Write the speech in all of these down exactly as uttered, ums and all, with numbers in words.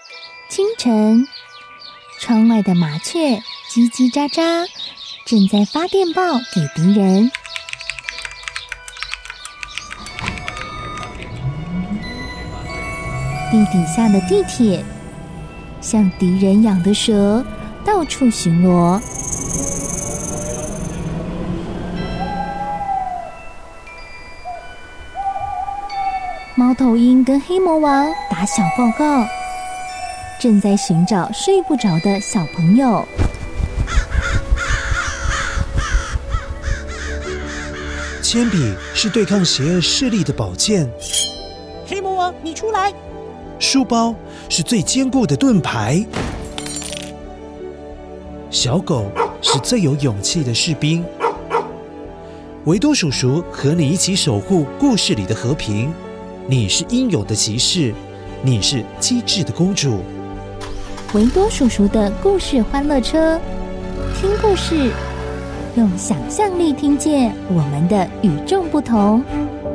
清晨，窗外的麻雀叽叽喳喳，正在发电报给敌人。地底下的地铁，像敌人养的蛇，到处巡逻。猫头鹰跟黑魔王打小报告，正在寻找睡不着的小朋友。 铅笔是对抗邪恶势力的宝剑， 黑魔王，你出来！ 书包是最坚固的盾牌，小狗是最有勇气的士兵。维多叔叔和你一起守护故事里的和平。你是英勇的骑士，你是机智的公主。 维多叔叔的故事欢乐车，听故事，用想象力听见我们的与众不同。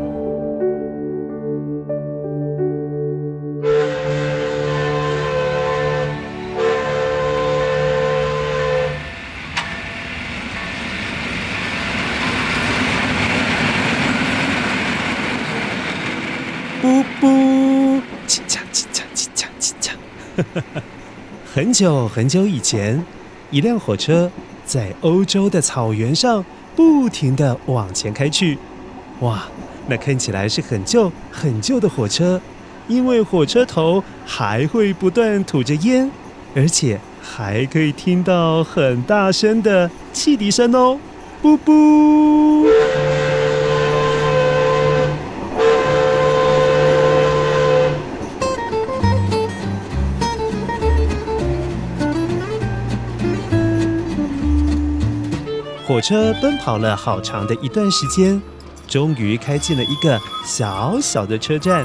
布布，叽嚓叽嚓叽嚓叽嚓。很久很久以前，一辆火车在欧洲的草原上不停地往前开去。哇，那看起来是很旧很旧的火车，因为火车头还会不断吐着烟，而且还可以听到很大声的汽笛声哦。布布。火车奔跑了好长的一段时间，终于开进了一个小小的车站。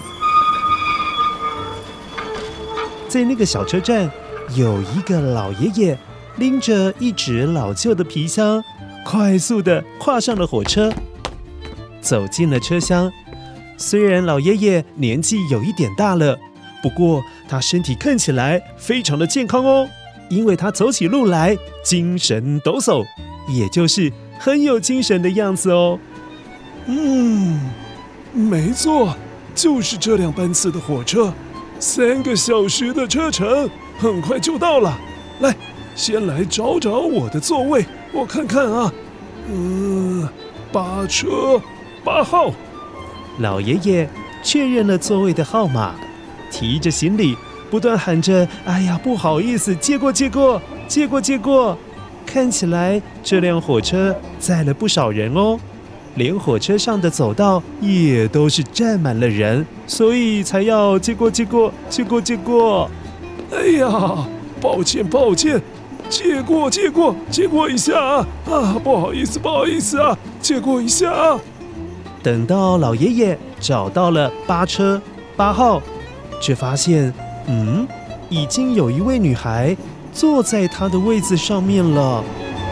在那个小车站，有一个老爷爷拎着一只老旧的皮箱，快速地跨上了火车，走进了车厢。虽然老爷爷年纪有一点大了，不过他身体看起来非常的健康哦，因为他走起路来精神抖擞，也就是很有精神的样子哦。 嗯，没错，就是这辆班次的火车，三个小时的车程，很快就到了。来，先来找找我的座位，我看看啊，嗯，八车八号。 老爷爷确认了座位的号码，提着行李，不断喊着：“哎呀，不好意思，借过借过，借过借过。”看起来这辆火车载了不少人哦，连火车上的走道也都是站满了人，所以才要借过借过借过借过。 哎呀，抱歉抱歉，借过借过借过一下啊！啊，不好意思不好意思啊，借过一下啊。 等到老爷爷找到了八车八号，却发现，嗯，已经有一位女孩坐在他的位子上面了。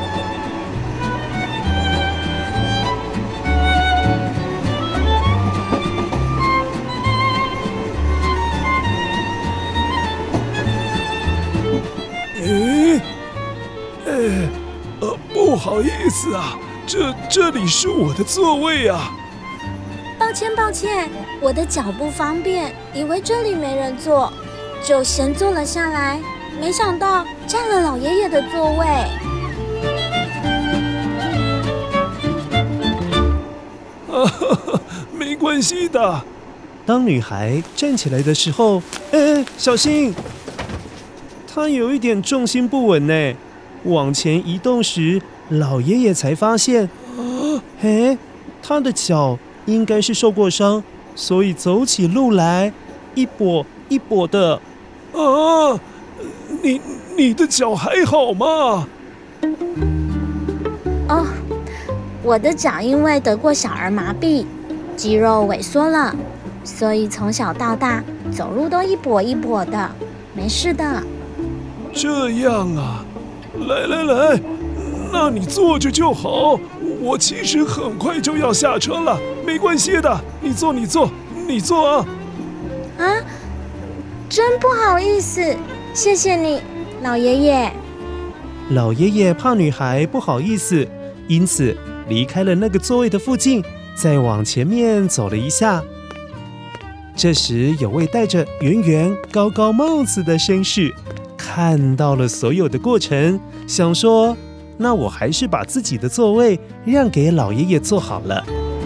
诶，诶，呃，不好意思啊，这这里是我的座位啊。 抱歉抱歉，我的脚不方便，以为这里没人坐，就先坐了下来。没想到占了老爷爷的座位。 啊哈哈，没关系的。 当女孩站起来的时候，哎，小心！她有一点重心不稳呢。往前移动时，老爷爷才发现，嘿，她的脚应该是受过伤，所以走起路来一跛一跛的。 啊！你你的脚还好吗？ 哦，我的脚因为得过小儿麻痹，肌肉萎缩了，所以从小到大走路都一跛一跛的，没事的。 这样啊，来来来，那你坐着就好。我其实很快就要下车了，没关系的。你坐你坐你坐啊。 啊， 真不好意思，谢谢你，老爷爷。 老爷爷怕女孩不好意思，因此离开了那个座位的附近，再往前面走了一下。这时，有位戴着圆圆高高帽子的绅士看到了所有的过程，想说：那我还是把自己的座位让给老爷爷坐好了。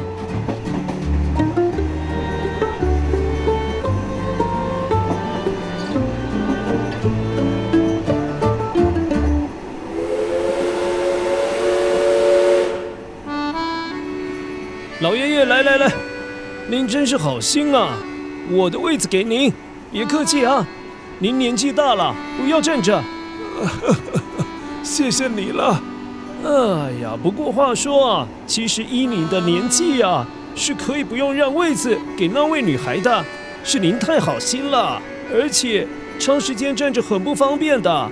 老爷爷，来来来，您真是好心啊！我的位子给您，别客气啊。您年纪大了，不要站着。谢谢你了。哎呀，不过话说啊，其实依您的年纪啊，是可以不用让位子给那位女孩的。是您太好心了，而且长时间站着很不方便的。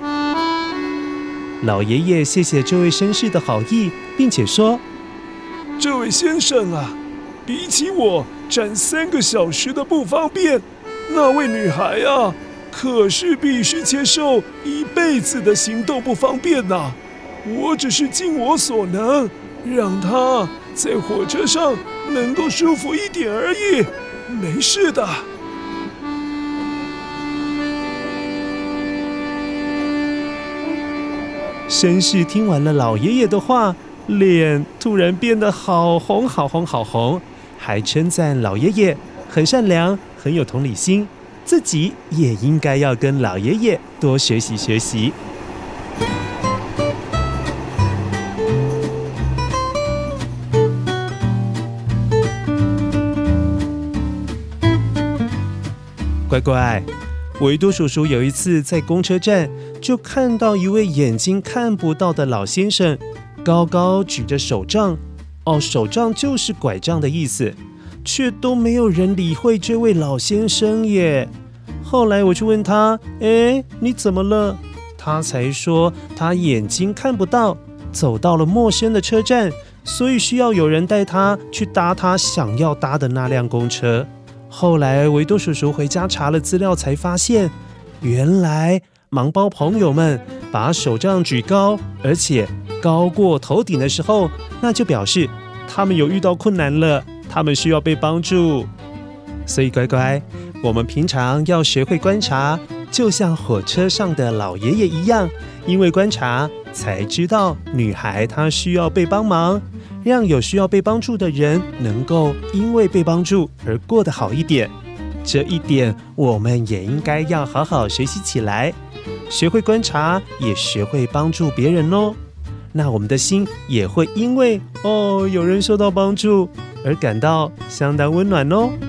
老爷爷谢谢这位绅士的好意，并且说： 这位先生啊，比起我站三个小时的不方便，那位女孩啊，可是必须接受一辈子的行动不方便呐、啊。我只是尽我所能，让她在火车上能够舒服一点而已，没事的。 绅士听完了老爷爷的话，脸突然变得好红好红好红，还称赞老爷爷很善良，很有同理心，自己也应该要跟老爷爷多学习学习。乖乖，维多叔叔有一次在公车站就看到一位眼睛看不到的老先生，高高举着手杖，哦，手杖就是拐杖的意思，却都没有人理会这位老先生耶。后来我去问他，哎，你怎么了？他才说他眼睛看不到，走到了陌生的车站，所以需要有人带他去搭他想要搭的那辆公车。后来维多叔叔回家查了资料，才发现原来盲包朋友们把手杖举高，而且高过头顶的时候，那就表示他们有遇到困难了，他们需要被帮助。所以乖乖，我们平常要学会观察，就像火车上的老爷爷一样，因为观察才知道女孩她需要被帮忙，让有需要被帮助的人能够因为被帮助而过得好一点。这一点我们也应该要好好学习起来，学会观察，也学会帮助别人哦。那我们的心也会因为哦有人受到帮助而感到相当温暖哦。